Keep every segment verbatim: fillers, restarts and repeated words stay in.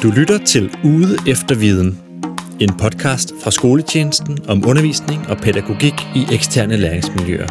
Du lytter til Ude efter viden, en podcast fra skoletjenesten om undervisning og pædagogik i eksterne læringsmiljøer.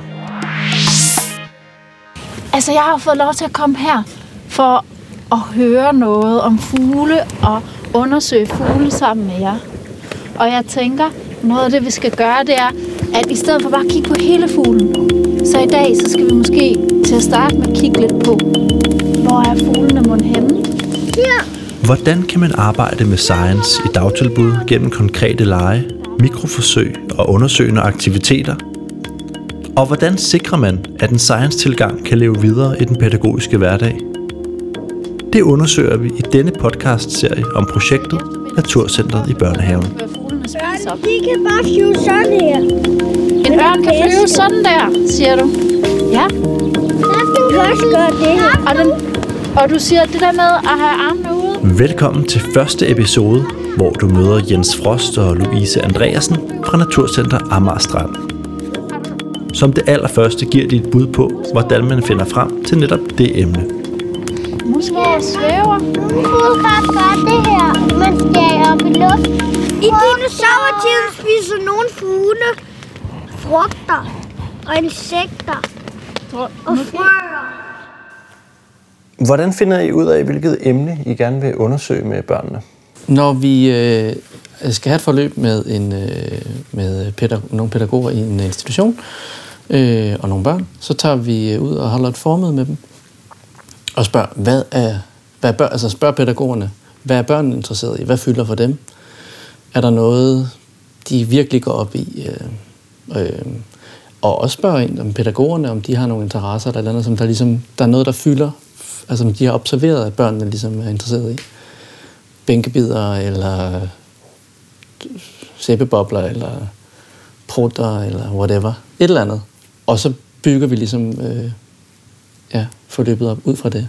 Altså, jeg har fået lov til at komme her for at høre noget om fugle og undersøge fugle sammen med jer. Og jeg tænker, noget af det, vi skal gøre, det er, at i stedet for bare at kigge på hele fuglen, så i dag, så skal vi måske til at starte med at kigge lidt på, hvor er fuglene mon henne? Ja. Hvordan kan man arbejde med science i dagtilbud gennem konkrete lege, mikroforsøg og undersøgende aktiviteter? Og hvordan sikrer man, at en science-tilgang kan leve videre i den pædagogiske hverdag? Det undersøger vi i denne podcast-serie om projektet Naturcentret i børnehaven. Ørnen, de kan bare flyve sådan her. En ørn kan flyve sådan der, siger du? Ja. Den kan også gøre det her. Og, den, og du siger det der med at have armene ude? Velkommen til første episode, hvor du møder Jens Frost og Louise Andreasen fra Naturcenter Amager Strand. Som det allerførste giver de et bud på, hvordan man finder frem til netop det emne. Måske jeg svæver. Nogle fugle kan gøre det her, mens de er oppe i luften. I dinosaurtiden spiser nogle fugle frugter og insekter og frøer. Hvordan finder I ud af, hvilket emne I gerne vil undersøge med børnene? Når vi øh, skal have et forløb med, en, øh, med pædag- nogle pædagoger i en institution øh, og nogle børn, så tager vi ud og holder et formøde med dem og spørger, hvad er, hvad er børn, altså spørger pædagogerne, hvad er børnene interesseret i? Hvad fylder for dem? Er der noget, de virkelig går op i? Øh, øh, og også spørger en om pædagogerne, om de har nogle interesser eller andet, som der, ligesom, der er noget, der fylder, altså som de har observeret, at børnene ligesom er interesseret i. Bænkebider, eller sæbebobler, eller prutter, eller whatever. Et eller andet. Og så bygger vi ligesom øh, ja, forløbet op ud fra det.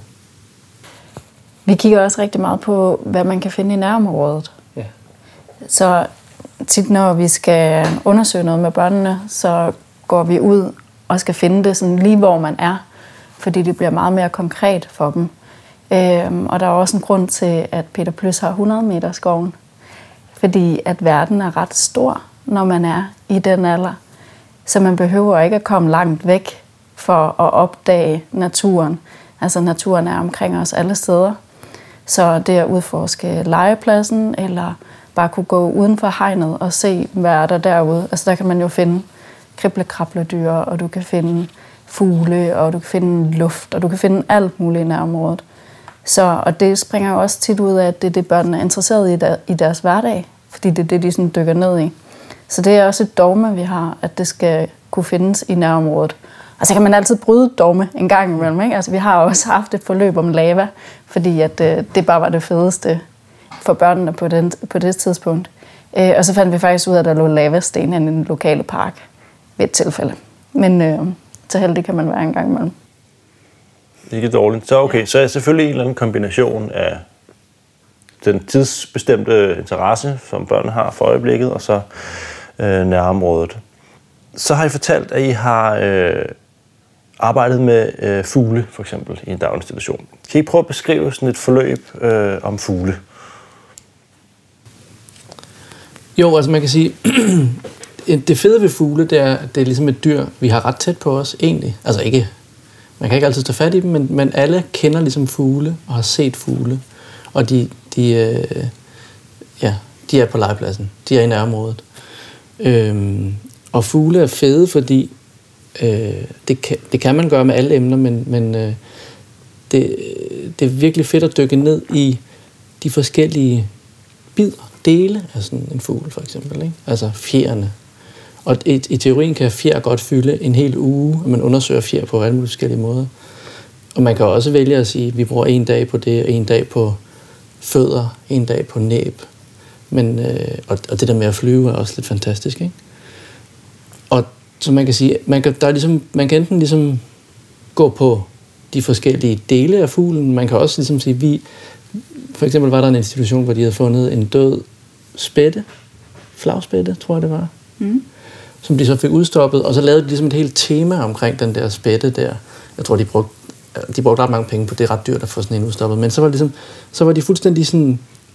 Vi kigger også rigtig meget på, hvad man kan finde i nærområdet. Ja. Så tit når vi skal undersøge noget med børnene, så går vi ud og skal finde det sådan lige hvor man er, fordi det bliver meget mere konkret for dem. Øhm, og der er også en grund til, at Peter Plys har hundrede meter skoven, fordi at verden er ret stor, når man er i den alder. Så man behøver ikke at komme langt væk for at opdage naturen. Altså naturen er omkring os alle steder. Så det at udforske legepladsen, eller bare kunne gå uden for hegnet og se, hvad er der derude. Altså der kan man jo finde krible-krabledyr, og du kan finde fugle, og du kan finde luft, og du kan finde alt muligt i nærområdet. Så, og det springer jo også tit ud af, at det er det, børnene er interesseret i, der, i deres hverdag, fordi det er det, de sådan dykker ned i. Så det er også et dogme, vi har, at det skal kunne findes i nærområdet. Og så kan man altid bryde dogme en gang imellem, ikke? Altså vi har også haft et forløb om lava, fordi at, øh, det bare var det fedeste for børnene på, den, på det tidspunkt. Øh, og så fandt vi faktisk ud af, at der lå lavasten i den lokale park ved et tilfælde. Men øh, så heldig kan man være en gang imellem. Ikke dårligt. Så okay, så er selvfølgelig en eller anden kombination af den tidsbestemte interesse, som børnene har for øjeblikket, og så øh, nærområdet. Så har I fortalt, at I har øh, arbejdet med øh, fugle, for eksempel, i en daginstitution. Kan I prøve at beskrive sådan et forløb øh, om fugle? Jo, altså man kan sige, det fede ved fugle, det er, det er ligesom et dyr, vi har ret tæt på os, egentlig. Altså ikke, man kan ikke altid tage fat i dem, men, men alle kender ligesom fugle og har set fugle. Og de, de, øh, ja, de er på legepladsen, de er i nærområdet. Øhm, og fugle er fede, fordi øh, det, kan, det kan man gøre med alle emner, men, men øh, det, det er virkelig fedt at dykke ned i de forskellige bidder, dele af sådan en fugl for eksempel, ikke? Altså fjerene. Og i, i teorien kan fjer godt fylde en hel uge, og man undersøger fjer på alle mulige forskellige måder. Og man kan også vælge at sige, at vi bruger en dag på det, og en dag på fødder, en dag på næb. Men, øh, og, og det der med at flyve er også lidt fantastisk, ikke? Og så man kan sige, man kan, der er ligesom, man kan enten ligesom gå på de forskellige dele af fuglen, man kan også ligesom sige, vi, for eksempel var der en institution, hvor de havde fundet en død spætte, flagspætte, tror jeg det var, mm. som de så fik udstoppet, og så lavede de ligesom et helt tema omkring den der spætte der. Jeg tror, de brugte, de brugte ret mange penge på det ret dyrt at få sådan en udstoppet, men så var, ligesom, så var de fuldstændig sådan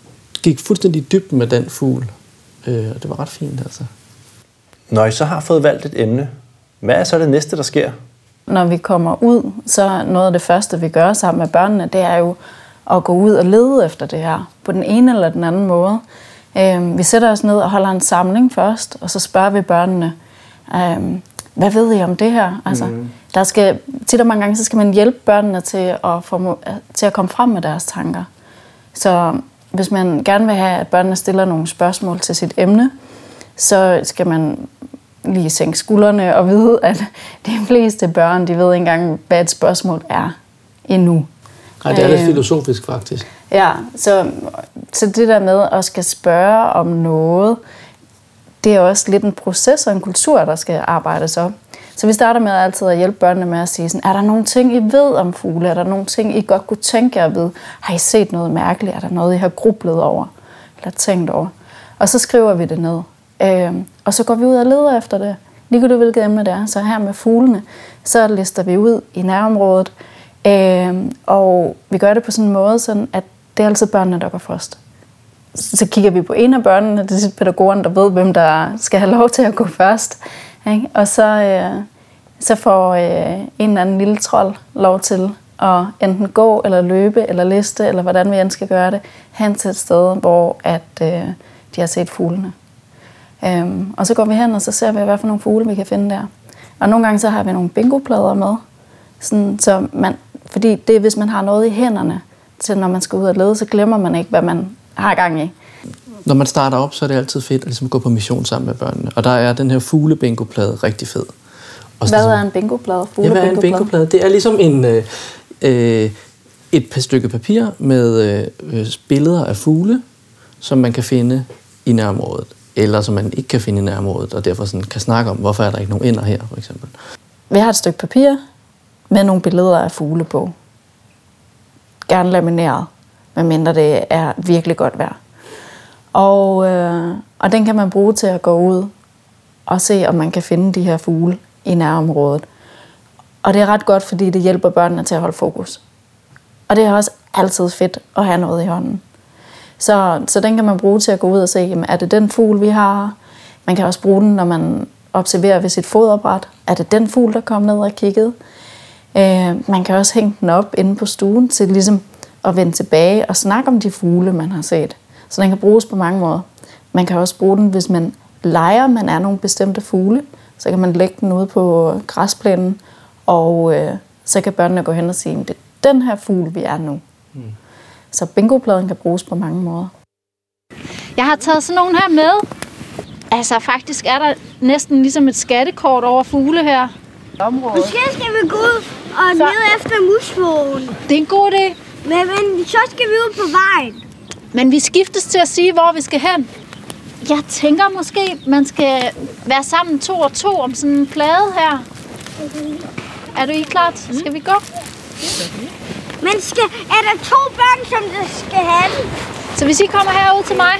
gik fuldstændig i dybden med den fugl. Øh, og det var ret fint, altså. Når I så har fået valgt et emne, hvad er så det næste, der sker? Når vi kommer ud, så noget af det første, vi gør sammen med børnene, det er jo at gå ud og lede efter det her, på den ene eller den anden måde. Øh, vi sætter os ned og holder en samling først, og så spørger vi børnene, øh, hvad ved I om det her? Altså, mm. der skal, tit og mange gange, så skal man hjælpe børnene til at, få, til at komme frem med deres tanker. Så hvis man gerne vil have, at børnene stiller nogle spørgsmål til sit emne, så skal man lige sænke skuldrene og vide, at de fleste børn, de ved ikke engang, hvad et spørgsmål er endnu. Nej, det er lidt filosofisk faktisk. Ja, så, så det der med at skal spørge om noget, det er også lidt en proces og en kultur, der skal arbejdes op. Så vi starter med altid at hjælpe børnene med at sige sådan, er der nogle ting, I ved om fugle? Er der nogle ting, I godt kunne tænke jer at vide? Har I set noget mærkeligt? Er der noget, I har grublet over? Eller tænkt over? Og så skriver vi det ned. Øhm, og så går vi ud og leder efter det. Ligegyldigt hvilket emne det er. Så her med fuglene, så lister vi ud i nærområdet. Øhm, og vi gør det på sådan en måde, sådan at det er altid børnene, der går først. Så kigger vi på en af børnene, det er pædagogerne, der ved, hvem der skal have lov til at gå først. Ikke? Og så, øh, så får øh, en eller anden lille trold lov til at enten gå, eller løbe, eller liste, eller hvordan vi end skal gøre det, hen til et sted, hvor at, øh, de har set fuglene. Øhm, og så går vi hen, og så ser vi, hvad for nogle fugle vi kan finde der. Og nogle gange så har vi nogle bingoplader med, sådan, så man, fordi det er, hvis man har noget i hænderne, til når man skal ud og lede, så glemmer man ikke, hvad man har gang i. Når man starter op, så er det altid fedt at ligesom gå på mission sammen med børnene. Og der er den her fuglebingoplade rigtig fed. Og hvad er en bingoplade? Ja, hvad er en bingoplade? Det er ligesom en, øh, et par stykke papir med øh, billeder af fugle, som man kan finde i nærområdet. Eller som man ikke kan finde i nærområdet, og derfor sådan kan snakke om, hvorfor er der ikke nogen ender her, for eksempel. Vi har et stykke papir med nogle billeder af fugle på. Gerne lamineret, medmindre det er virkelig godt vejr. Og, øh, og den kan man bruge til at gå ud og se, om man kan finde de her fugle i nærområdet. Og det er ret godt, fordi det hjælper børnene til at holde fokus. Og det er også altid fedt at have noget i hånden. Så, så den kan man bruge til at gå ud og se, jamen, er det den fugl, vi har? Man kan også bruge den, når man observerer ved sit foderbræt. Er det den fugl, der kom ned og kiggede? Øh, man kan også hænge den op inde på stuen til ligesom at vende tilbage og snakke om de fugle, man har set. Så den kan bruges på mange måder. Man kan også bruge den, hvis man leger, man er nogle bestemte fugle. Så kan man lægge den ude på græsplænen, og øh, så kan børnene gå hen og sige, det er den her fugl, vi er nu. Mm. Så bingopladen kan bruges på mange måder. Jeg har taget sådan nogle her med. Altså faktisk er der næsten ligesom et skattekort over fugle her. Området. Måske skal vi gå ud og så. Ned efter musvågen. Det er en god idé. Men, men så skal vi ud på vejen. Men vi skiftes til at sige, hvor vi skal hen. Jeg tænker måske, man skal være sammen to og to om sådan en plade her. Okay. Er du I klar? Mm. Skal vi gå? Men skal, er der to børn, som der skal have den? Så hvis I kommer herud til mig,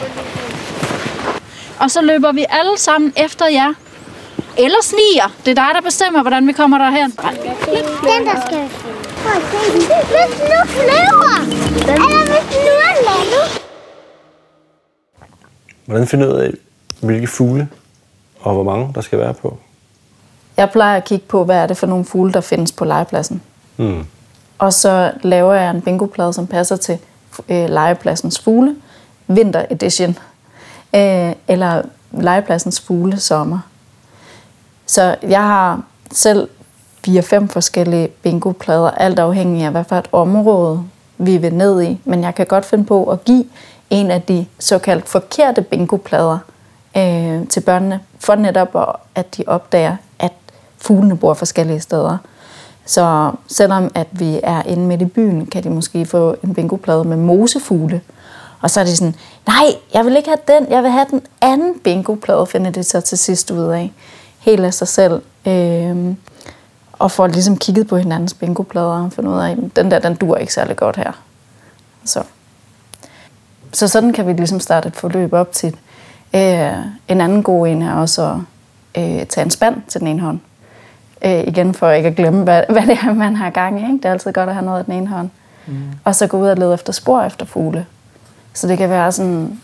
og så løber vi alle sammen efter jer. Eller sniger. Det er dig, der bestemmer, hvordan vi kommer derhen. Den, der skal. Hvis nu flyver. Eller hvis nu er landet. Hvordan finder du ud af, hvilke fugle og hvor mange der skal være på? Jeg plejer at kigge på, hvad er det for nogle fugle, der findes på legepladsen. Hmm. Og så laver jeg en bingoplade, som passer til øh, legepladsens fugle. Winter edition. Øh, eller legepladsens fugle sommer. Så jeg har selv fire-fem forskellige bingoplader, alt afhængig af, hvad for et område vi vil ned i. Men jeg kan godt finde på at give en af de såkaldt forkerte bingoplader øh, til børnene, for netop at de opdager, at fuglene bor forskellige steder. Så selvom at vi er inde midt i byen, kan de måske få en bingoplade med mosefugle. Og så er de sådan, nej, jeg vil ikke have den, jeg vil have den anden bingoplade, finder de så til sidst ud af. Helt af sig selv. Øh, og får ligesom kigget på hinandens bingoplader og fundet ud af, den der, den dur ikke særlig godt her. Så. Så sådan kan vi ligesom starte et forløb op til. Øh, en anden god en er også at øh, tage en spand til den ene hånd. Øh, igen for ikke at glemme, hvad, hvad det er, man har gang i. Ikke? Det er altid godt at have noget af den ene hånd. Mm. Og så gå ud og lede efter spor efter fugle. Så det kan være sådan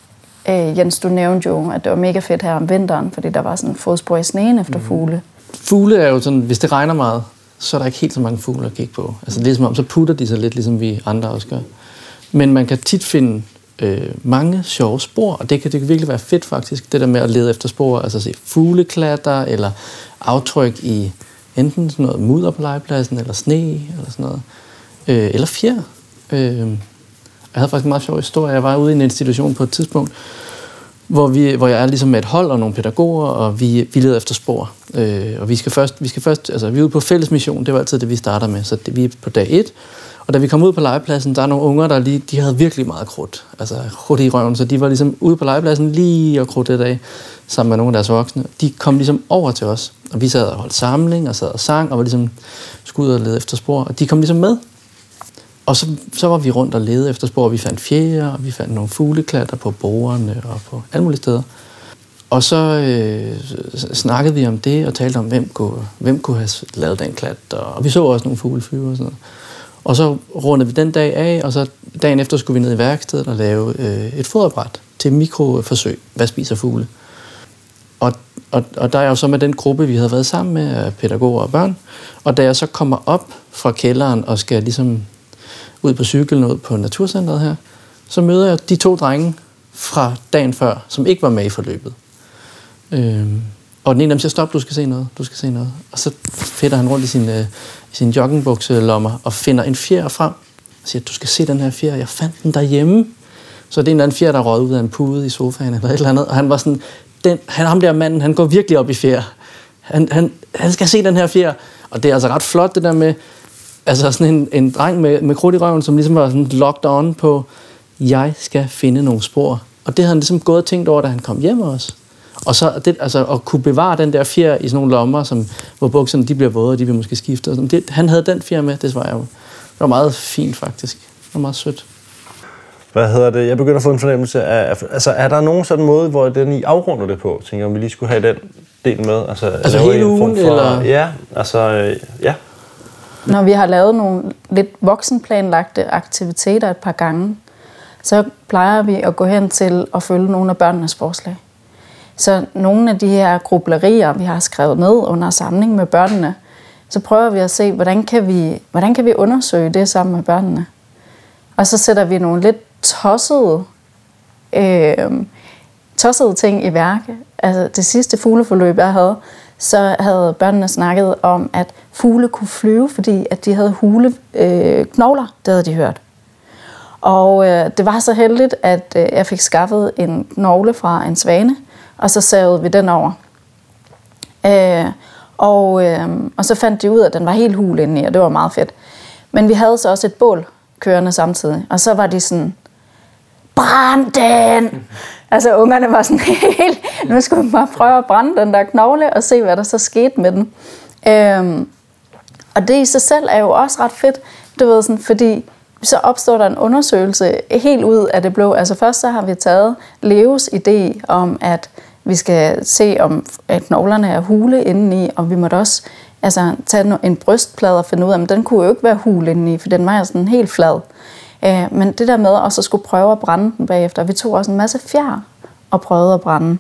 Øh, Jens, du nævnte jo, at det var mega fedt her om vinteren, fordi der var sådan en fodspor i sneen efter mm. fugle. Fugle er jo sådan, hvis det regner meget, så er der ikke helt så mange fugle at kigge på. Altså det er som om, så putter de sig lidt, ligesom vi andre også gør. Men man kan tit finde øh, mange sjove spor, og det kan, det kan virkelig være fedt faktisk, det der med at lede efter spor, altså se fugleklatter, eller aftryk i enten sådan noget mudder på legepladsen, eller sne, eller sådan noget, øh, eller fjer. Øh, jeg havde faktisk en meget sjov historie. Jeg var ude i en institution på et tidspunkt, hvor, vi, hvor jeg er ligesom med et hold og nogle pædagoger, og vi, vi leder efter spor. Øh, og vi skal først, vi skal først, altså vi er ude på fælles mission, det var altid det, vi starter med, så det, vi er på dag et. Og da vi kom ud på legepladsen, der er nogle unger, der lige, de havde virkelig meget krudt, altså krudt i røven, så de var ligesom ude på legepladsen lige og krudt det dag, sammen med nogle af deres voksne. De kom ligesom over til os, og vi sad og holdt samling, og sad og sang, og var ligesom skulle ud og lede efter spor, og de kom ligesom med. Og så, så var vi rundt og ledede efter spor, og vi fandt fjer, og vi fandt nogle fugleklatter på bordene og på alle mulige steder. Og så øh, snakkede vi om det, og talte om, hvem kunne, hvem kunne have lavet den klat, og vi så også nogle fugleflyver og sådan noget. Og så rundede vi den dag af, og så dagen efter skulle vi ned i værkstedet og lave øh, et foderbræt til mikroforsøg. Hvad spiser fugle? Og, og, og der er jo så med den gruppe, vi havde været sammen med, pædagoger og børn. Og da jeg så kommer op fra kælderen og skal ligesom ud på cyklen ud på Naturcentret her, så møder jeg de to drenge fra dagen før, som ikke var med i forløbet. Øhm, og den ene af dem siger, stop, du skal se noget, du skal se noget. Og så fedter han rundt i sin, øh, i sin joggingbukselommer og finder en fjer frem og siger, du skal se den her fjer, jeg fandt den derhjemme. Så det er en eller anden fjer, der rød ud af en pude i sofaen eller et eller andet, og han var sådan, den, han, ham der manden, han går virkelig op i fjer. Han, han, han skal se den her fjer, og det er altså ret flot det der med, altså sådan en, en dreng med, med krudt i røven, som ligesom var sådan locked on på, jeg skal finde nogle spor. Og det havde han ligesom gået og tænkt over, da han kom hjem også. Og så det, altså, at kunne bevare den der fjer i sådan nogle lommer, som, hvor bukserne de bliver våde, og de bliver måske skiftet. Det, han havde den fjer med, det var jo det var meget fint faktisk. Det var meget sødt. Hvad hedder det? Jeg begynder at få en fornemmelse af, altså er der nogen sådan måde, hvor den I afrunder det på? Tænker om vi lige skulle have den del med? Altså, altså hele ugen, for, eller? Ja, altså, ja. Når vi har lavet nogle lidt voksenplanlagte aktiviteter et par gange, så plejer vi at gå hen til at følge nogle af børnenes forslag. Så nogle af de her grublerier, vi har skrevet ned under samling med børnene, så prøver vi at se, hvordan kan vi, hvordan kan vi undersøge det sammen med børnene. Og så sætter vi nogle lidt tossede, øh, tossede ting i værke. Altså det sidste fugleforløb, jeg havde, så havde børnene snakket om, at fugle kunne flyve, fordi at de havde hule øh, knogler. Det havde de hørt. Og øh, det var så heldigt, at øh, jeg fik skaffet en knogle fra en svane, og så savede vi den over. Øh, og, øh, og så fandt de ud af, at den var helt hul indeni, og det var meget fedt. Men vi havde så også et bål kørende samtidig, og så var de sådan, brænd den! Altså ungerne var sådan helt, nu skulle vi bare prøve at brænde den der knogle, og se, hvad der så skete med den. Øh, og det i sig selv er jo også ret fedt, du ved, sådan, fordi så opstår der en undersøgelse helt ud af det blå. Altså først så har vi taget Leos idé om, at vi skal se, om knoglerne er hule indeni, og vi måtte også altså, tage en brystplade og finde ud af, at den kunne jo ikke være hule indeni, for den var jo sådan helt flad. Men det der med også at skulle prøve at brænde den bagefter, vi tog også en masse fjer og prøvede at brænde.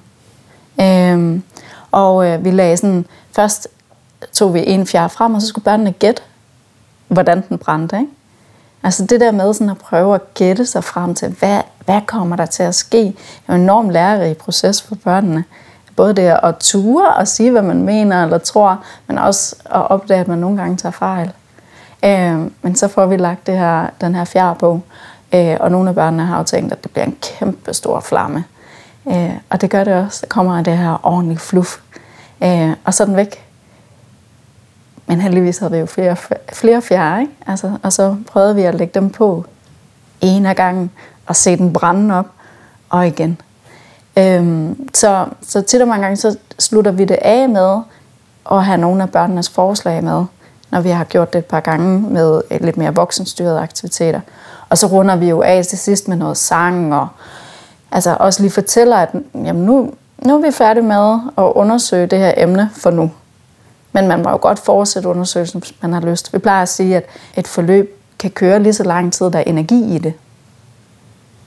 Og vi lagde sådan, først tog vi en fjer frem, og så skulle børnene gætte, hvordan den brændte, ikke? Altså det der med sådan at prøve at gætte sig frem til, hvad, hvad kommer der til at ske? Det er en enormt lærerig proces for børnene. Både det at ture og sige, hvad man mener eller tror, men også at opdage, at man nogle gange tager fejl. Øh, men så får vi lagt det her, den her fjer på, øh, og nogle af børnene har jo tænkt, at det bliver en kæmpe stor flamme. Øh, og det gør det også. Der kommer det her ordentligt fluff. Øh, og så er den væk. Men heldigvis havde vi jo flere, flere fjer, ikke? Altså, og så prøvede vi at lægge dem på en af gangen og se den brænde op og igen. Øhm, så, så tit og mange gange så slutter vi det af med at have nogle af børnenes forslag med, når vi har gjort det et par gange med lidt mere voksenstyrede aktiviteter. Og så runder vi jo af til sidst med noget sang og altså også lige fortæller, at jamen nu, nu er vi færdige med at undersøge det her emne for nu. Men man må jo godt fortsætte undersøgelsen, hvis man har lyst. Vi plejer at sige, at et forløb kan køre lige så lang tid, der er energi i det.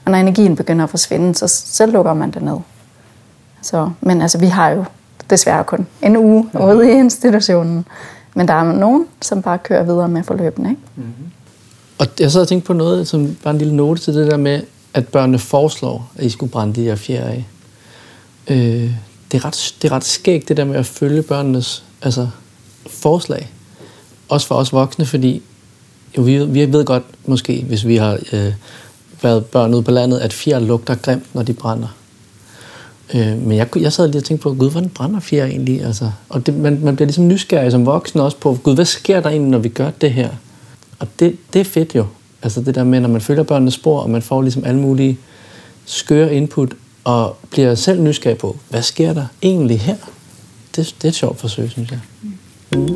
Og når energien begynder at forsvinde, så, så lukker man det ned. Så, men altså, vi har jo desværre kun en uge ude i institutionen. Men der er nogen, som bare kører videre med forløbene, ikke? Mm-hmm. Og jeg sad og tænkte på noget, som bare en lille note til det der med, at børnene foreslår, at I skulle brænde de her fjer af. Øh, det, er ret, det er ret skægt, det der med at følge børnenes altså, forslag. Også for os voksne, fordi jo, vi, vi ved godt, måske, hvis vi har øh, været børn ude på landet, at fjer lugter grimt, når de brænder. Øh, men jeg, jeg sad lige og tænkte på, gud, hvordan brænder fjer egentlig? Altså, og det, man, man bliver ligesom nysgerrig som voksen også på, gud, hvad sker der egentlig, når vi gør det her? Og det, det er fedt jo. Altså det der med, når man følger børnenes spor, og man får ligesom alle mulige skøre input, og bliver selv nysgerrig på, hvad sker der egentlig her? Det, det er et sjovt forsøg, synes jeg. Mm.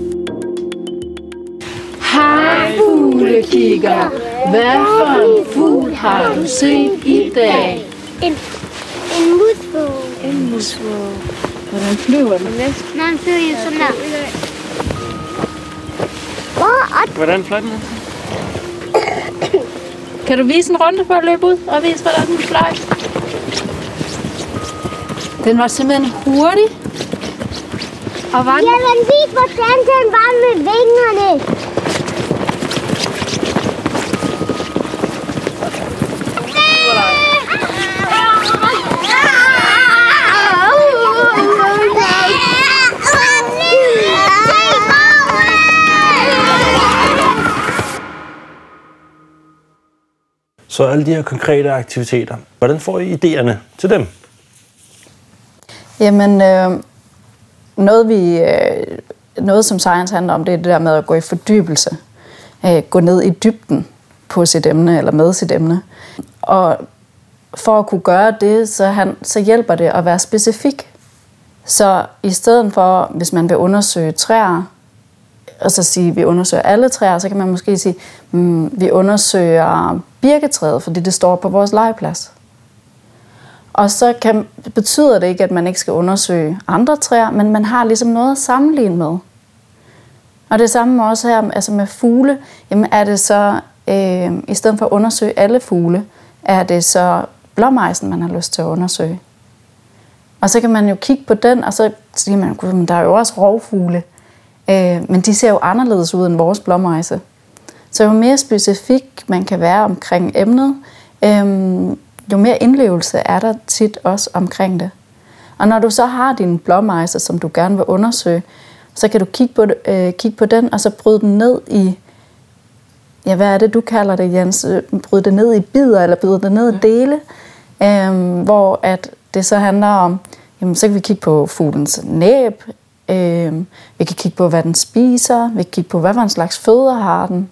Hej fuglekigger, hvad for en fugl har du set i dag? En, en musvåge. En musvåge. Hvordan flyver den? Nej, den flyver jo sådan der. Hvor? Hvordan fløj den? Kan du vise en runde for at løbe ud og vise, hvordan den fløj? Den var simpelthen hurtig. Og var den... Jamen, vis, hvordan den var med vingerne. Så alle de her konkrete aktiviteter, hvordan får I idéerne til dem? Jamen, øh, noget, vi, øh, noget som science handler om, det er det der med at gå i fordybelse. Øh, gå ned i dybden på sit emne, eller med sit emne. Og for at kunne gøre det, så, han, så hjælper det at være specifik. Så i stedet for, hvis man vil undersøge træer, og så sige, at vi undersøger alle træer, så kan man måske sige, at vi undersøger birketræet, fordi det står på vores legeplads. Og så kan, betyder det ikke, at man ikke skal undersøge andre træer, men man har ligesom noget at sammenligne med. Og det samme også her altså med fugle. Jamen er det så, øh, i stedet for at undersøge alle fugle, er det så blåmejsen, man har lyst til at undersøge. Og så kan man jo kigge på den, og så siger man, gud, der er jo også rovfugle. Øh, men de ser jo anderledes ud end vores blåmejse. Så jo mere specifik man kan være omkring emnet, øh, jo mere indlevelse er der tit også omkring det. Og når du så har din blåmejse, som du gerne vil undersøge, så kan du kigge på, øh, kigge på den, og så bryde den ned i, ja, hvad er det, du kalder det, Jens? Bryde det ned i bidder, eller bryde det ned i dele, øh, hvor at det så handler om, jamen, så kan vi kigge på fuglens næb, øh, vi kan kigge på, hvad den spiser, vi kan kigge på, hvad for en slags fødder har den.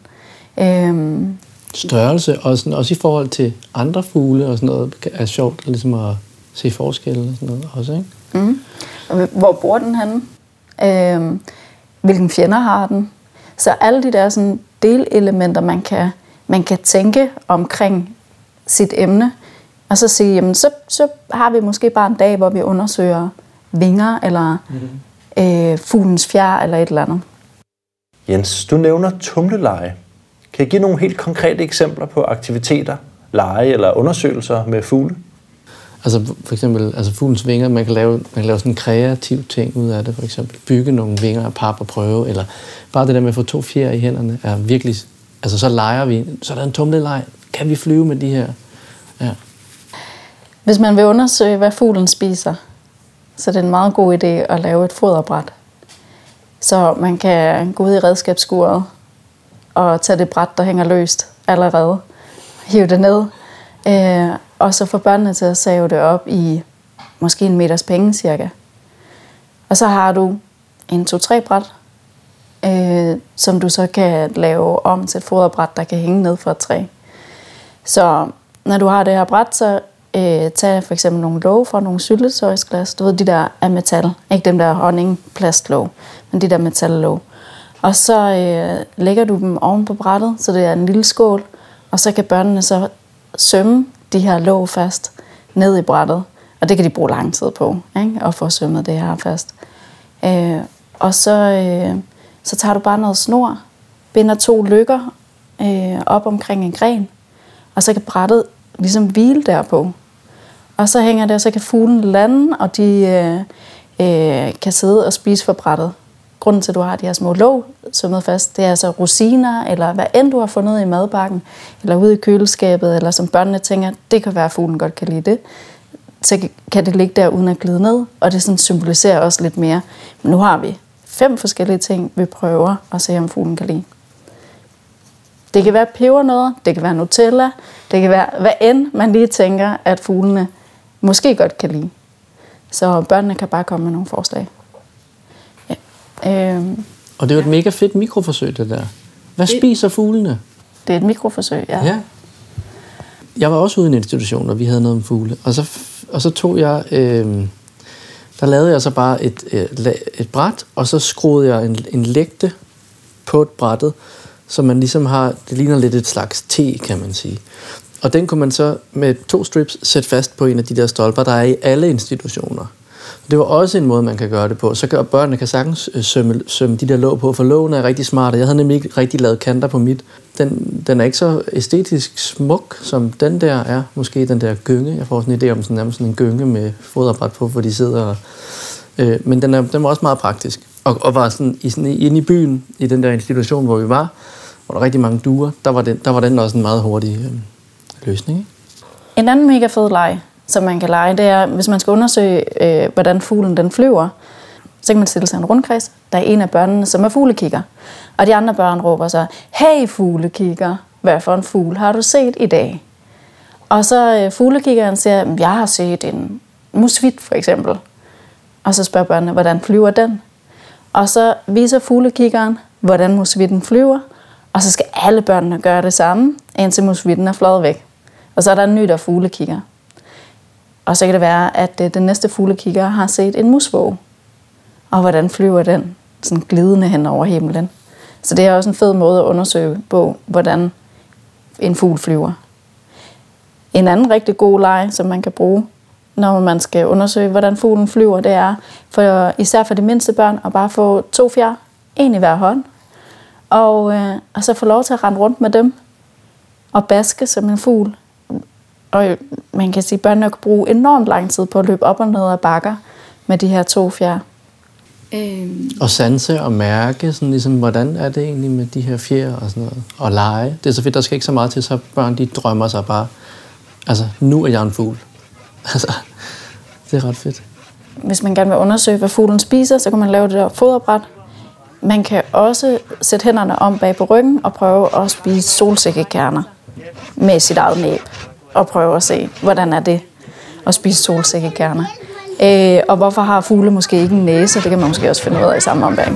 Øh, Størrelse, og sådan, også i forhold til andre fugle og sådan noget, er sjovt ligesom at se forskelle og sådan noget også, ikke? Mm. Hvor bor den henne? Øh, hvilken fjender har den? Så alle de der sådan delelementer, man kan, man kan tænke omkring sit emne, og så sige, jamen så, så har vi måske bare en dag, hvor vi undersøger vinger, eller mm-hmm. øh, fuglens fjer, eller et eller andet. Jens, du nævner tumleleje. Kan I give nogle helt konkrete eksempler på aktiviteter, lege eller undersøgelser med fugle? Altså for eksempel altså fuglens vinger, man kan lave, man kan lave sådan en kreativ ting ud af det, for eksempel bygge nogle vinger af pap og prøve, eller bare det der med at få to fjer i hænderne, er virkelig, altså så leger vi, så er der en tumleleg, kan vi flyve med de her? Ja. Hvis man vil undersøge, hvad fuglen spiser, så er det en meget god idé at lave et foderbræt. Så man kan gå ud i redskabsskuret og tage det bræt, der hænger løst allerede, hive det ned, øh, og så få børnene til at save det op i måske en meters penge cirka. Og så har du en to-tre bræt, øh, som du så kan lave om til et foderbræt, der kan hænge ned for et træ. Så når du har det her bræt, så øh, tag for eksempel nogle låg fra nogle syltetøjsglas. Du ved, de der af metal. Ikke dem der honningplastlåg, men de der metallåg. Og så øh, lægger du dem oven på brættet, så det er en lille skål. Og så kan børnene så sømme de her låg fast ned i brættet. Og det kan de bruge lang tid på, ikke? At få sømmet det her fast. Øh, og så, øh, så tager du bare noget snor, binder to lykker øh, op omkring en gren, og så kan brættet ligesom hvile derpå. Og så hænger det, og så kan fuglen lande, og de øh, øh, kan sidde og spise fra brættet. Grunden til, at du har de her små låg sømmet fast, det er altså rosiner, eller hvad end du har fundet i madbakken, eller ude i køleskabet, eller som børnene tænker, det kan være, at fuglen godt kan lide det. Så kan det ligge der uden at glide ned, og det sådan symboliserer også lidt mere. Men nu har vi fem forskellige ting, vi prøver at se, om fuglen kan lide. Det kan være pebernødder, det kan være Nutella, det kan være hvad end man lige tænker, at fuglene måske godt kan lide. Så børnene kan bare komme med nogle forslag. Ja. Øhm, og det er jo et mega fedt mikroforsøg, det der. Hvad det, spiser fuglene? Det er et mikroforsøg, ja. ja. Jeg var også ude i en institution, og vi havde noget om fugle. Og så, og så tog jeg... Øh, der lavede jeg så bare et, et, et bræt, og så skruede jeg en, en lægte på et brættet, så man ligesom har... Det ligner lidt et slags te, kan man sige. Og den kunne man så med to strips sætte fast på en af de der stolper, der er i alle institutioner. Det var også en måde, man kan gøre det på. Så kan børnene kan sagtens sømme, sømme de der låg på, for lågene er rigtig smarte. Jeg havde nemlig ikke rigtig lavet kanter på mit. Den, den er ikke så æstetisk smuk, som den der er. Måske den der gynge. Jeg får sådan en idé om sådan, nærmest sådan en gynge med foderbræt på, hvor de sidder. Og, øh, men den, er, den var også meget praktisk. Og, og var sådan, i, sådan inde i byen, i den der institution, hvor vi var, hvor der var rigtig mange duer, der var den, der var den også en meget hurtig øh, løsning. Ikke? En anden mega fed leg, som man kan lege, det er, hvis man skal undersøge, øh, hvordan fuglen den flyver, så kan man stille sig en rundkreds. Der er en af børnene, som er fuglekigger. Og de andre børn råber så, hey fuglekigger, hvad for en fugl har du set i dag? Og så øh, fuglekiggeren siger, jeg har set en musvit for eksempel. Og så spørger børnene, hvordan flyver den? Og så viser fuglekiggeren, hvordan musvitten flyver. Og så skal alle børnene gøre det samme, indtil musvitten er fløjet væk. Og så er der en ny, der fuglekigger. Og så kan det være, at den næste fuglekigger har set en musvåge. Og hvordan flyver den sådan glidende hen over himlen. Så det er også en fed måde at undersøge på, hvordan en fugl flyver. En anden rigtig god leg, som man kan bruge, når man skal undersøge, hvordan fuglen flyver, det er for, især for de mindste børn at bare få to fjer, en i hver hånd, og, øh, og så få lov til at rende rundt med dem og baske som en fugl. Og man kan sige, at børnene kan bruge enormt lang tid på at løbe op og ned ad bakker med de her to fjer. Øhm. Og sanse og mærke, sådan ligesom, hvordan er det egentlig med de her fjer og sådan noget. Og lege. Det er så fedt, der skal ikke så meget til, så børn de drømmer sig bare. Altså, nu er jeg en fugl. Altså, det er ret fedt. Hvis man gerne vil undersøge, hvad fuglen spiser, så kan man lave det der foderbræt. Man kan også sætte hænderne om bag på ryggen og prøve at spise solsikkekerner med sit eget næb. Og prøve at se, hvordan er det at spise solsikkekerner. Øh, og hvorfor har fugle måske ikke en næse? Det kan man måske også finde ud af i samme ombæring.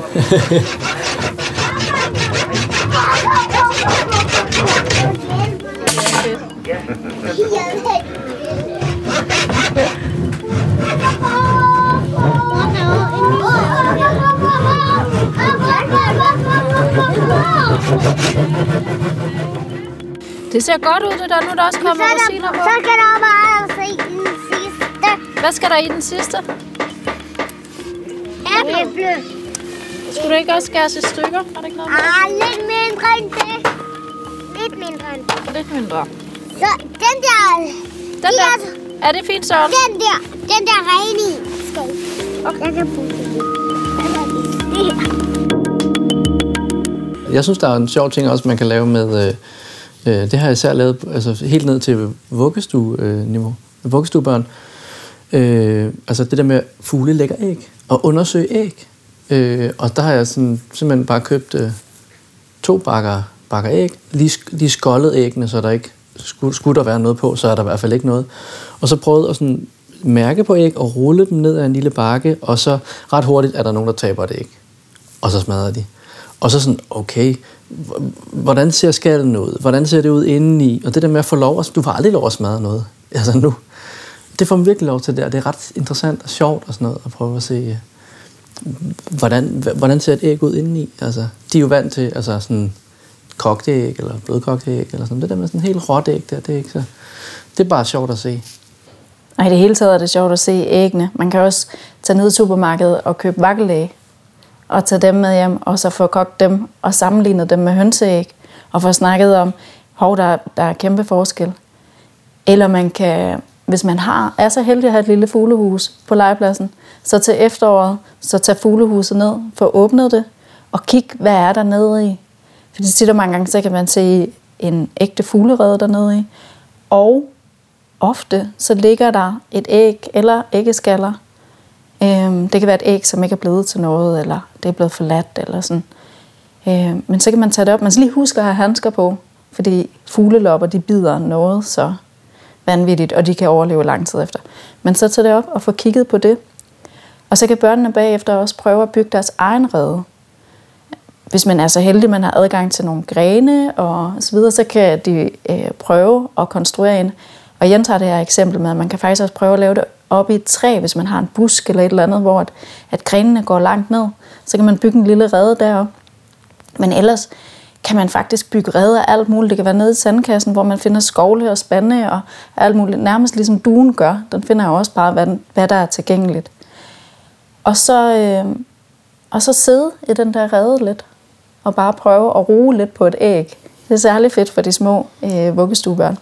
Det ser godt ud, det der. Nu er der også kommet rosiner på. Så kan der bare se den sidste. Hvad skal der i den sidste? Æble. Skulle det ikke også skæres i stykker? Er det ikke noget med? Ah, lidt mindre end det. Lidt mindre end det. Lidt mindre. Så den der... Den der. Er det fint, Søren? Den der. Den der ren i. Skal. Okay. Jeg kan bruge det. Jeg synes, der er en sjov ting også, man kan lave med... Øh, øh, det har jeg især lavet altså, helt ned til vuggestue-niveau. Øh, vuggestuebørn. Øh, altså det der med, at fugle lægger æg. Og undersøge æg. Øh, og der har jeg sådan, simpelthen bare købt øh, to bakker, bakker æg. Lige, lige skoldet æggene, så der ikke skulle, skulle der være noget på, så er der i hvert fald ikke noget. Og så prøvede at sådan mærke på æg og rulle dem ned ad en lille bakke. Og så ret hurtigt er der nogen, der taber det æg. Og så smadrer de. Og så sådan, okay, hvordan ser skallen ud? Hvordan ser det ud indeni? Og det der med at få lov at... Du får aldrig lov at smadre noget. Altså nu. Det får man virkelig lov til der. Det er ret interessant og sjovt og sådan noget at prøve at se, hvordan, hvordan ser et æg ud indeni? Altså, de er jo vant til altså sådan kogt æg eller blødkogt æg eller sådan. Det der med sådan helt råt æg der, det er ikke så... Det er bare sjovt at se. Og i det hele taget er det sjovt at se æggene. Man kan også tage ned i supermarkedet og købe vakkelæg og tage dem med hjem, og så få kogt dem og sammenlignet dem med hønseæg, og få snakket om, hov, der, der er kæmpe forskel. Eller man kan, hvis man har, er så heldig at have et lille fuglehus på legepladsen, så til efteråret, så tag fuglehuset ned, få åbnet det, og kig, hvad er der nede i. Fordi tit og mange gange, så kan man se en ægte fuglerede dernede i. Og ofte, så ligger der et æg eller æggeskaller. Øhm, det kan være et æg, som ikke er blevet til noget, eller det er blevet forladt, eller sådan. Øhm, men så kan man tage det op. Man skal lige huske at have handsker på, fordi fuglelopper, de bider noget så vanvittigt, og de kan overleve lang tid efter. Men så tager det op og få kigget på det. Og så kan børnene bagefter også prøve at bygge deres egen rede. Hvis man er så heldig, man har adgang til nogle grene og så videre, så kan de øh, prøve at konstruere en. Og Jens har det her eksempel med, at man kan faktisk også prøve at lave det op i et træ, hvis man har en busk eller et eller andet, hvor at, at grenene går langt ned. Så kan man bygge en lille rede deroppe. Men ellers kan man faktisk bygge reder af alt muligt. Det kan være nede i sandkassen, hvor man finder skovle og spande og alt muligt. Nærmest ligesom duen gør. Den finder jo også bare, hvad, hvad der er tilgængeligt. Og så, øh, og så sidde i den der rede lidt. Og bare prøve at ruge lidt på et æg. Det er særlig fedt for de små øh, vuggestuebørn.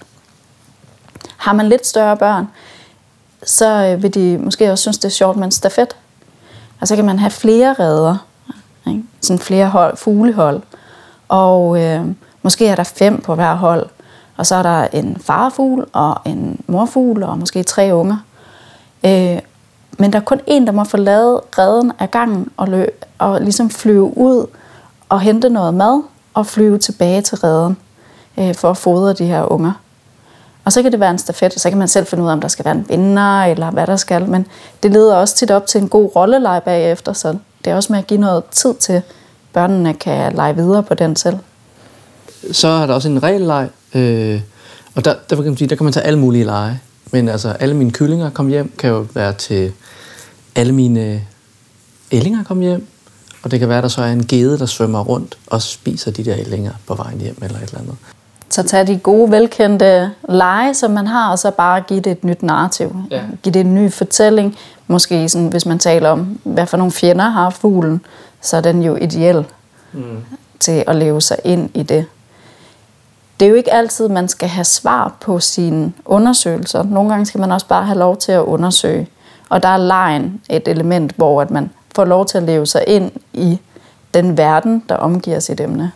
Har man lidt større børn, så øh, vil de måske også synes, det er sjovt med en stafet. Og så kan man have flere reder. Ikke? Sådan flere hold, fuglehold. Og øh, måske er der fem på hver hold. Og så er der en farfugl og en morfugl og måske tre unger. Øh, men der er kun en, der må forlade reden af gangen og, løb, og ligesom flyve ud og hente noget mad og flyve tilbage til reden øh, for at fodre de her unger. Og så kan det være en stafet, og så kan man selv finde ud af, om der skal være en vinder eller hvad der skal. Men det leder også tit op til en god rolleleje bagefter, så det er også med at give noget tid til, børnene kan lege videre på den selv. Så er der også en regelleg, øh, og der, der, kan man sige, der kan man tage alle mulige lege. Men altså, alle mine kyllinger kom hjem, kan jo være til alle mine ællinger kom hjem. Og det kan være, at der så er en gede, der svømmer rundt og spiser de der ællinger på vejen hjem eller et eller andet. Så tag de gode, velkendte lege, som man har, og så bare give det et nyt narrativ. Ja. Give det en ny fortælling. Måske sådan, hvis man taler om, hvad for nogle fjender har fuglen, så er den jo ideel mm. til at leve sig ind i det. Det er jo ikke altid, man skal have svar på sine undersøgelser. Nogle gange skal man også bare have lov til at undersøge. Og der er legen et element, hvor at man får lov til at leve sig ind i den verden, der omgiver sit emne.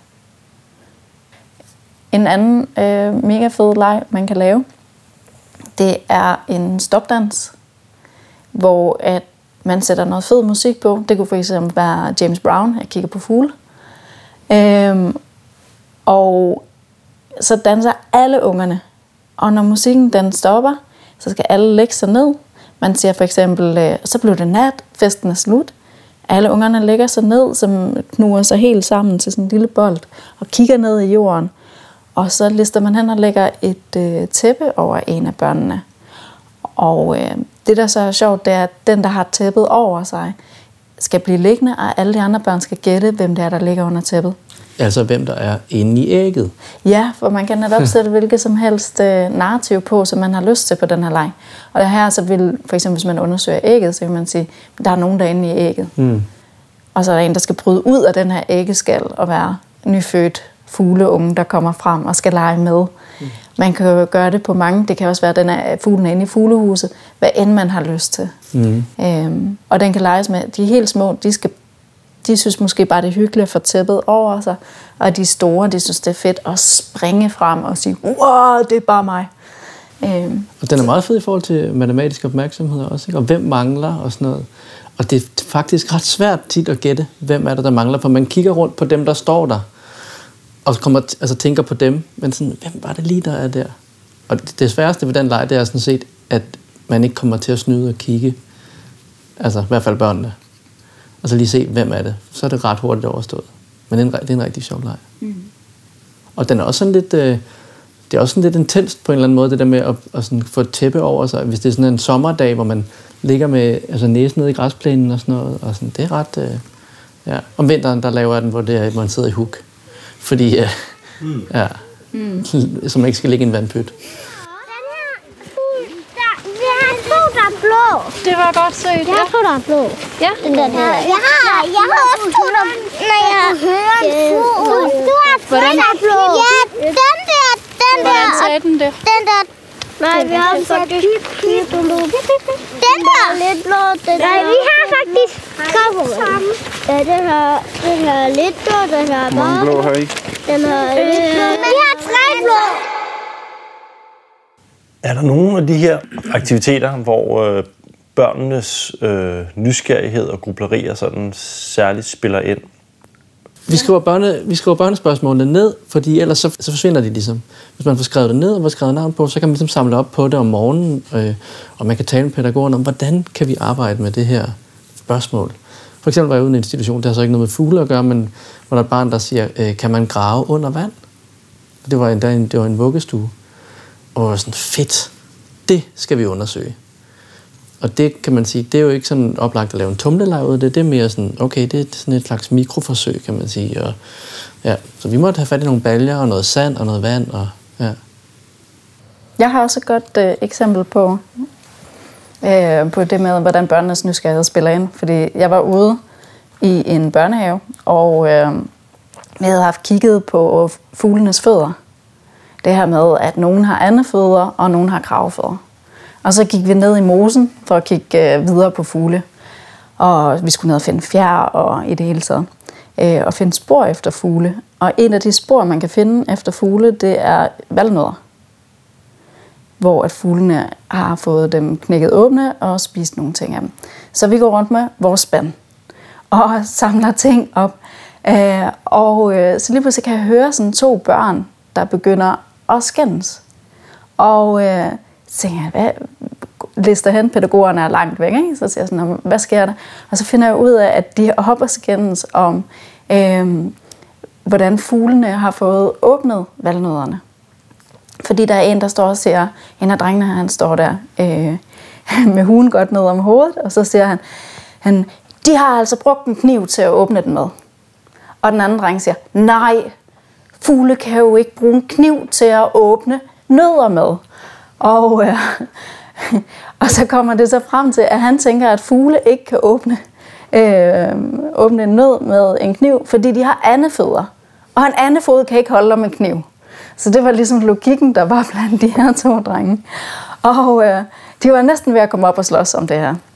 En anden øh, mega fed leg, man kan lave, det er en stopdans, hvor at man sætter noget fed musik på. Det kunne for eksempel være James Brown, jeg kigger på fugle. Øhm, og så danser alle ungerne. Og når musikken den stopper, så skal alle lægge sig ned. Man siger for eksempel, øh, så blev det nat, festen er slut. Alle ungerne lægger sig ned, som knuger sig helt sammen til sådan en lille bold, og kigger ned i jorden. Og så lister man hen og lægger et øh, tæppe over en af børnene. Og øh, det, der så er sjovt, det er, at den, der har tæppet over sig, skal blive liggende, og alle de andre børn skal gætte, hvem det er, der ligger under tæppet. Altså, hvem der er inde i ægget? Ja, for man kan netop sætte hvilket som helst øh, narrativ på, som man har lyst til på den her leg. Og det her, så vil, for eksempel hvis man undersøger ægget, så kan man sige, at der er nogen, der er inde i ægget. Mm. Og så er der en, der skal bryde ud af den her æggeskal og være nyfødt fugleunge, der kommer frem og skal lege med. Mm. Man kan jo gøre det på mange. Det kan også være, at den er fuglen inde i fuglehuset, hvad end man har lyst til. Mm. Øhm, og den kan leges med. De helt små, de, skal, de synes måske bare, det er hyggeligt at få tæppet over sig. Og de store, de synes, det er fedt at springe frem og sige, wow, det er bare mig. Øhm, og den er meget fed i forhold til matematisk opmærksomhed også, ikke? Og hvem mangler og sådan noget. Og det er faktisk ret svært tit at gætte, hvem er der, der mangler, for man kigger rundt på dem, der står der, og kommer, altså, tænker på dem, men sådan, hvem var det lige, der er der? Og det, det sværeste ved den leg, det er sådan set, at man ikke kommer til at snyde og kigge, altså i hvert fald børnene, og så lige se, hvem er det. Så er det ret hurtigt overstået. Men det er en, det er en rigtig sjov leg. Mm. Og den er også sådan lidt, øh, det er også sådan lidt intenst på en eller anden måde, det der med at, at sådan få et tæppe over sig. Hvis det er sådan en sommerdag, hvor man ligger med altså næsen nede i græsplænen og sådan noget, og sådan, det er ret, øh, ja. Om vinteren, der laver jeg den, hvor, det er, hvor man sidder i huk. Fordi, øh, mm. ja, mm. så man ikke skal ligge i en vandpyt. Blå. Det var godt set. Jeg tror, der er blå. Ja. Den der, der. Jeg har, jeg har også to, der, når jeg hører en fugl. Du har tre, der er blå. Ja, den der, den der. Hvordan sagde den det? Den der, Nej, vi har faktisk pip, pip, den der lidt blå. Den Nej, vi har faktisk samme. Ja, den her, den her er lidt blå, den her er bare. Mange blå har I? Den her er lidt blå. Vi har tre blå. Er der nogle af de her aktiviteter, hvor øh, børnenes øh, nysgerrighed og grublerier sådan særligt spiller ind? Vi skriver, børne, vi skriver børnespørgsmålene ned, fordi ellers så, så forsvinder de ligesom. Hvis man får skrevet det ned og får skrevet navn på, så kan man ligesom samle op på det om morgenen, øh, og man kan tale med pædagogen om, hvordan kan vi arbejde med det her spørgsmål. For eksempel var jeg ude i en institution, det har så ikke noget med fugle at gøre, men hvor der er et barn, der siger, øh, kan man grave under vand? Det var endda en, det var en vuggestue. Og sådan, fedt, det skal vi undersøge. Og det kan man sige, det er jo ikke sådan oplagt at lave en tumleleg ud af det. Det er mere sådan, okay, det er sådan et slags mikroforsøg, kan man sige. Og, ja, så vi måtte have fat i nogle baljer og noget sand og noget vand. Og, ja. Jeg har også et godt øh, eksempel på, øh, på det med, hvordan børnenes nysgerrighed spiller ind. Fordi jeg var ude i en børnehave, og øh, vi havde haft kigget på fuglenes fødder. Det her med, at nogen har andefødder, og nogen har kravefødder. Og så gik vi ned i mosen for at kigge øh, videre på fugle. Og vi skulle ned og finde fjer og i det hele taget. Øh, og finde spor efter fugle. Og en af de spor, man kan finde efter fugle, det er valnødder. Hvor at fuglene har fået dem knækket åbne og spist nogle ting af dem. Så vi går rundt med vores spand og samler ting op. Øh, og øh, så lige pludselig kan jeg høre sådan to børn, der begynder at skændes. Og øh, så tænker jeg, hvad lister hen, pædagogerne er langt væk, ikke? Så siger jeg sådan, hvad sker der? Og så finder jeg ud af, at de hopper skændes om, øh, hvordan fuglene har fået åbnet valnødderne. Fordi der er en, der står og siger, en af drengene, han står der øh, med huen godt ned om hovedet, og så siger han, han, de har altså brugt en kniv til at åbne den med. Og den anden dreng siger, nej, fugle kan jo ikke bruge en kniv til at åbne nødder med. Og, øh, og så kommer det så frem til, at han tænker, at fugle ikke kan åbne, øh, åbne en nød med en kniv, fordi de har andefødder. Og en andefod kan ikke holde om en kniv. Så det var ligesom logikken, der var blandt de her to drenge. Og øh, de var næsten ved at komme op og slås om det her.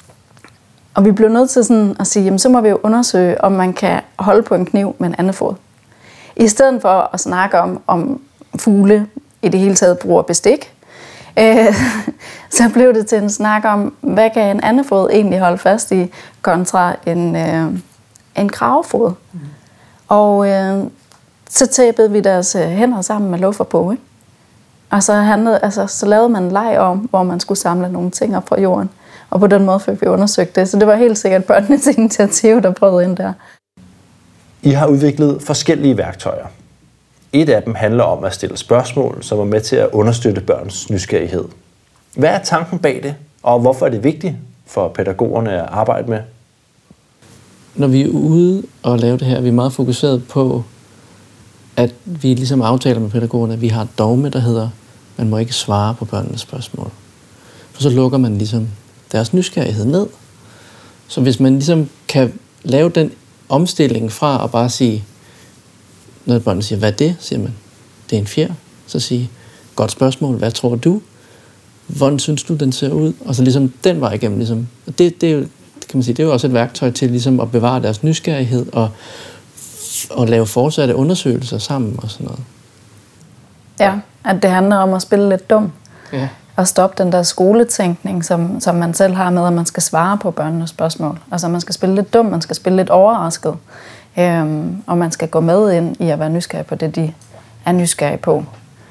Og vi blev nødt til sådan at sige, jamen, så må vi jo undersøge, om man kan holde på en kniv med en andefod. I stedet for at snakke om, om fugle i det hele taget bruger bestik, øh, så blev det til en snak om, hvad kan en andefod egentlig holde fast i, kontra en, øh, en kravefod. Mm. Og øh, så tæppede vi deres hænder sammen med luffer på, ikke? Og så, handlede, altså, så lavede man en leg om, hvor man skulle samle nogle ting op fra jorden. Og på den måde fik vi undersøgt det. Så det var helt sikkert børnenes initiativ, der prøvede ind der. I har udviklet forskellige værktøjer. Et af dem handler om at stille spørgsmål, som er med til at understøtte børns nysgerrighed. Hvad er tanken bag det, og hvorfor er det vigtigt for pædagogerne at arbejde med? Når vi er ude og lave det her, er vi meget fokuseret på, at vi ligesom aftaler med pædagogerne, at vi har et dogme, der hedder, man må ikke svare på børnenes spørgsmål. For så lukker man ligesom deres nysgerrighed ned. Så hvis man ligesom kan lave den omstilling fra at bare sige, når børnene siger, hvad er det, siger man, det er en fjer. Så sige, godt spørgsmål, hvad tror du? Hvordan synes du, den ser ud? Og så ligesom den vej igennem. Ligesom. Og det, det, er jo, kan man sige, det er jo også et værktøj til ligesom at bevare deres nysgerrighed og, og lave fortsatte undersøgelser sammen og sådan noget. Ja, at det handler om at spille lidt dum. Ja. Og stoppe den der skoletænkning, som, som man selv har med, at man skal svare på børnenes spørgsmål. Altså man skal spille lidt dum, man skal spille lidt overrasket. Øhm, og man skal gå med ind i at være nysgerrig på det, de er nysgerrige på.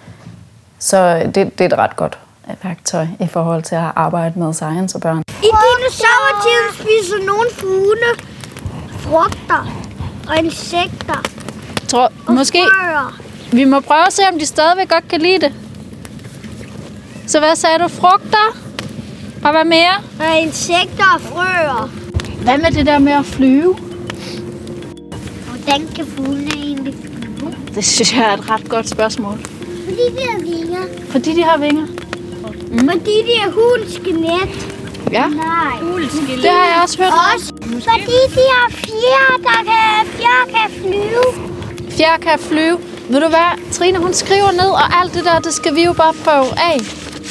Så det, det er et ret godt værktøj i forhold til at arbejde med science og børn. I dinosaurtiden spiser nogle fugle, frugter og insekter. Tror, og måske frøer. Vi må prøve at se, om de stadigvæk godt kan lide det. Så hvad sagde du? Frugter? Og hvad mere? Og insekter og frøer. Hvad med det der med at flyve? Hvordan kan fuglene egentlig flyve? Det synes jeg er et ret godt spørgsmål. Fordi de har vinger. Fordi de har vinger? Mm. Fordi de er hulskenet. Ja. Nej. Hulskenet. Det har jeg også hørt. Også fordi de har fjer, der kan, fjer kan flyve. Fjer kan flyve. Ved du hvad? Trine, hun skriver ned, og alt det der, det skal vi jo bare prøve af.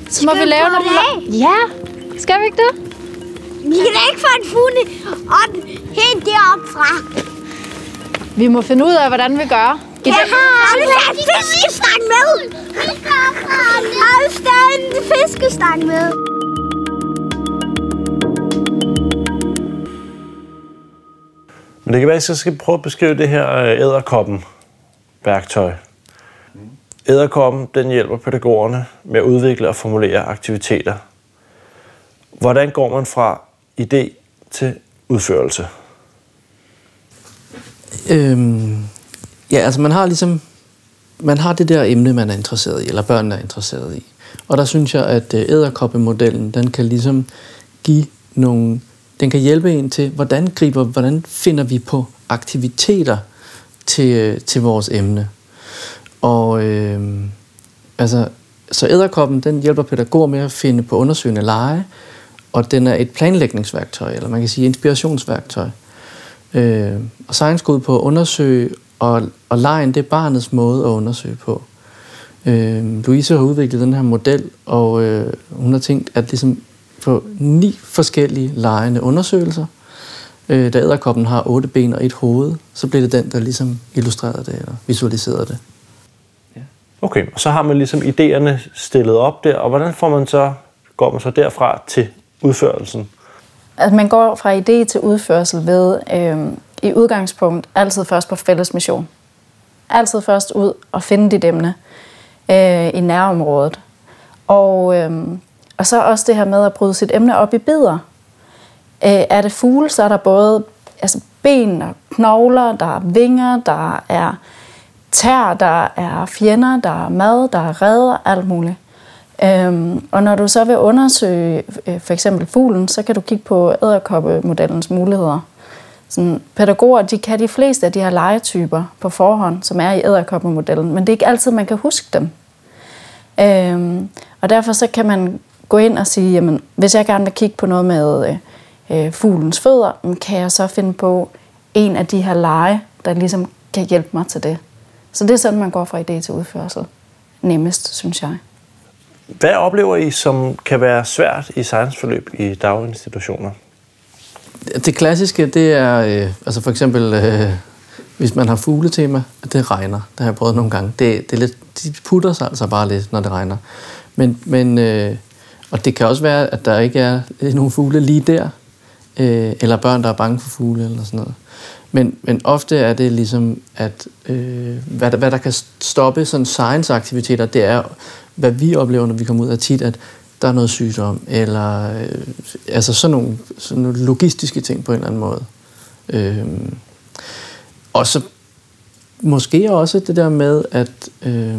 Så må Skal vi vi lave prøve noget. det Ja, skal vi ikke det? Vi kan da ikke få en fugle op, helt deroppe fra. Vi må finde ud af, hvordan vi gør. Jeg har en fiskestang med. Har du stadig en fiskestang med? Men det kan være, at jeg skal prøve at beskrive det her edderkoppen-værktøj. Edderkoppen, den hjælper pædagogerne med at udvikle og formulere aktiviteter. Hvordan går man fra idé til udførelse? Øhm, ja, altså man har ligesom man har det der emne, man er interesseret i, eller børnene er interesseret i. Og der synes jeg, at edderkoppemodellen, den kan ligesom give nogle, den kan hjælpe en til, hvordan griber, hvordan finder vi på aktiviteter til, til vores emne. Og øh, altså, så edderkoppen, den hjælper pædagoger med at finde på undersøgende lege, og den er et planlægningsværktøj, eller man kan sige inspirationsværktøj. Øh, og science går ud på at undersøge, og, og legen, det er barnets måde at undersøge på. Øh, Louise har udviklet den her model, og øh, hun har tænkt, at ligesom på ni forskellige legende undersøgelser, øh, da edderkoppen har otte ben og et hoved, så bliver det den, der ligesom illustrerede det, eller visualiserede det. Okay, og så har man ligesom idéerne stillet op der, og hvordan får man så, går man så derfra til udførelsen? Altså man går fra idé til udførsel ved øh, i udgangspunkt altid først på fælles mission. Altid først ud og finde dit emne øh, i nærområdet. Og, øh, og så også det her med at bryde sit emne op i bidder. Øh, er det fugle, så er der både altså ben og knogler, der er vinger, der er tær, der er fjender, der er mad, der er reder, alt muligt. Øhm, og når du så vil undersøge øh, for eksempel fuglen, så kan du kigge på edderkoppemodellens muligheder. Sådan, pædagoger, de kan de fleste af de her legetyper på forhånd, som er i edderkoppemodellen, men det er ikke altid, man kan huske dem. Øhm, og derfor så kan man gå ind og sige, jamen, hvis jeg gerne vil kigge på noget med øh, fuglens fødder, kan jeg så finde på en af de her lege, der ligesom kan hjælpe mig til det. Så det er sådan, man går fra idé til udførsel. Nemmest, synes jeg. Hvad oplever I, som kan være svært i science-forløb i daginstitutioner? Det klassiske, det er øh, altså for eksempel, øh, hvis man har fugletema, at det regner. Det har jeg prøvet nogle gange. Det, det er lidt, de putter sig altså bare lidt, når det regner. Men, men, øh, og det kan også være, at der ikke er nogen fugle lige der, øh, eller børn, der er bange for fugle eller sådan noget. Men, men ofte er det ligesom, at øh, hvad, der, hvad der kan stoppe sådan science-aktiviteter, det er, hvad vi oplever, når vi kommer ud af tit, at der er noget sygdom, eller øh, altså sådan nogle, sådan nogle logistiske ting på en eller anden måde. Øh, og så måske også det der med, at, øh,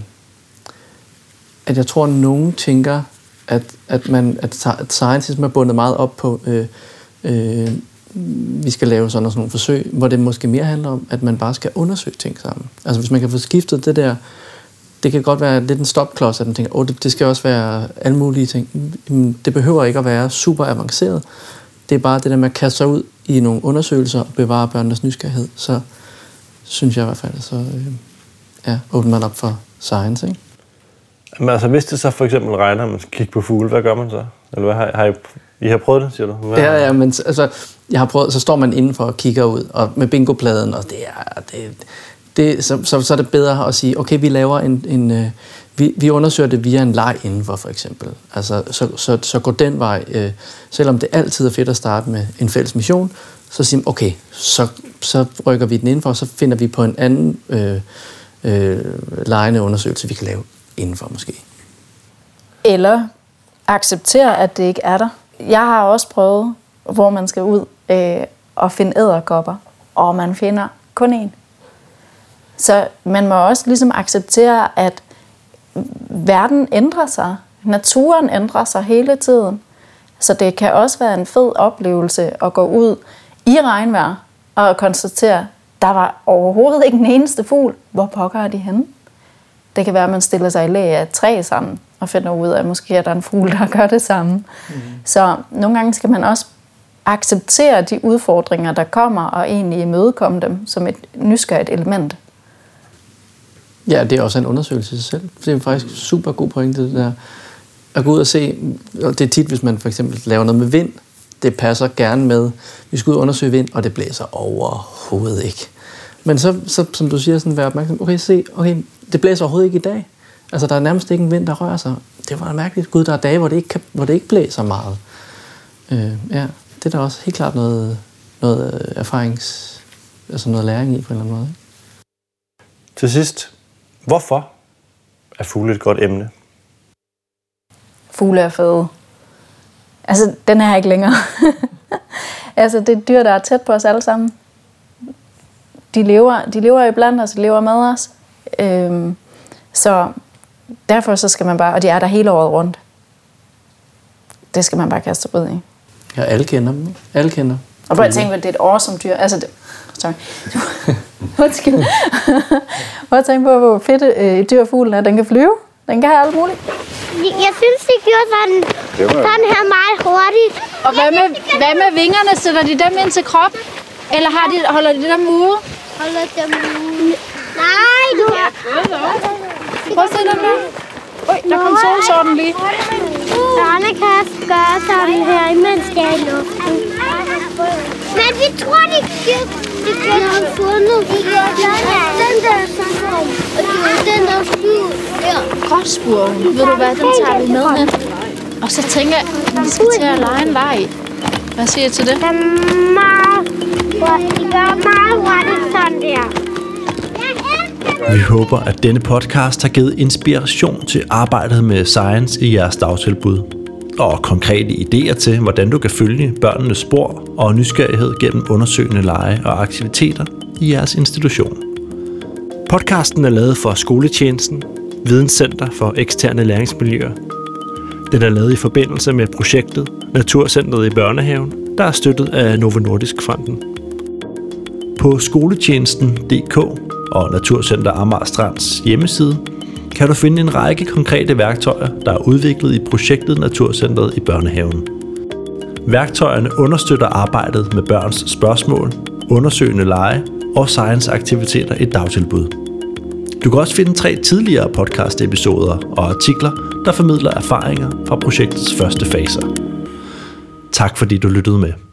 at jeg tror, at nogen tænker, at, at, man, at science er bundet meget op på øh, øh, vi skal lave sådan, sådan nogle forsøg, hvor det måske mere handler om, at man bare skal undersøge ting sammen. Altså hvis man kan få skiftet det der, det kan godt være lidt en stopklods, at man tænker, åh, det, det skal også være alle mulige ting. Det behøver ikke at være super avanceret. Det er bare det der med at kaste sig ud i nogle undersøgelser og bevare børnenes nysgerrighed. Så synes jeg i hvert fald, så øh, ja, åbner man op for science, ikke? Men altså, hvis det så for eksempel regner, og man skal kigge på fugle, hvad gør man så? Eller hvad har, har I, I har prøvet det, siger du? Hvad ja, ja, men altså, jeg har prøvet, så står man indenfor og kigger ud, og med bingopladen, og det er, det, det, så, så, så er det bedre at sige, okay, vi laver en, en øh, vi, vi undersøger det via en leg indenfor, for eksempel. Altså, så, så, så går den vej, øh, selvom det altid er fedt at starte med en fælles mission, så siger man, okay, så, så rykker vi den indenfor, og så finder vi på en anden øh, øh, legende undersøgelse, vi kan lave indenfor måske. Eller acceptere, at det ikke er der. Jeg har også prøvet, hvor man skal ud øh, og finde edderkopper, og man finder kun én. Så man må også ligesom acceptere, at verden ændrer sig. Naturen ændrer sig hele tiden. Så det kan også være en fed oplevelse at gå ud i regnvejr og konstatere, at der var overhovedet ikke en eneste fugl. Hvor pokker er de henne? Det kan være, at man stiller sig i læ af et træ sammen og finder ud af, at måske er der en fugl, der gør det samme. Mm. Så nogle gange skal man også acceptere de udfordringer, der kommer, og egentlig imødekomme dem som et nysgerrigt element. Ja, det er også en undersøgelse i sig selv. Det er faktisk super god pointe, det der. at gå ud og se, og det er tit, hvis man for eksempel laver noget med vind, det passer gerne med, vi skal ud og undersøge vind, og det blæser overhovedet ikke. Men så, så som du siger, sådan, vær opmærksom, okay, se, okay, det blæser overhovedet ikke i dag. Altså, der er nærmest ikke en vind, der rører sig. Det var mærkeligt. Gud, der er dage, hvor det ikke, kan, hvor det ikke blæser meget. Øh, ja, det er der også helt klart noget, noget erfarings, altså noget læring i på en eller anden måde. Til sidst, hvorfor er fugle et godt emne? Fugle er fede. Altså, den er her ikke længere. Altså, det er dyr, der er tæt på os alle sammen. De lever, de lever i blandt os, de lever med os. Øhm, så derfor så skal man bare, og de er der hele året rundt. Det skal man bare kaste ud i. Ja, alle kender dem. Alle kender. Og prøv at tænke, at det er et awesome dyr. Altså, det, sorry. Undskyld. Prøv at tænke på, hvor fedt et dyr fuglen er. Den kan flyve. Den kan have alt muligt. Jeg synes, de gjorde sådan, sådan her meget hurtigt. Og hvad med, hvad med vingerne? Sætter de dem ind til kroppen? Eller har de, holder de dem ude? Holder dem ude. Nej, du... Prøv at se dem der. Ui, der kom solsorten lige. Børne kan gøre sådan her, imens det er i luften. Men vi tror, de gør det. De har fundet. Den der sådan. Og den der flyver. Gråspurven. Ved du hvad, den tager vi med hen. Og så tænker jeg, at vi skal til at lege en leg. Hvad siger jeg til det? Det er meget... De gør meget hurtigt sådan der. Vi håber, at denne podcast har givet inspiration til arbejdet med science i jeres dagtilbud, og konkrete idéer til, hvordan du kan følge børnenes spor og nysgerrighed gennem undersøgende lege og aktiviteter i jeres institution. Podcasten er lavet for Skoletjenesten, Videnscenter for eksterne læringsmiljøer. Den er lavet i forbindelse med projektet Naturcentret i børnehaven, der er støttet af Novo Nordisk Fonden. På skoletjenesten punktum d k og Naturcenter Amager Strands hjemmeside kan du finde en række konkrete værktøjer, der er udviklet i projektet Naturcentret i børnehaven. Værktøjerne understøtter arbejdet med børns spørgsmål, undersøgende lege og science-aktiviteter i dagtilbud. Du kan også finde tre tidligere podcast-episoder og artikler, der formidler erfaringer fra projektets første faser. Tak fordi du lyttede med.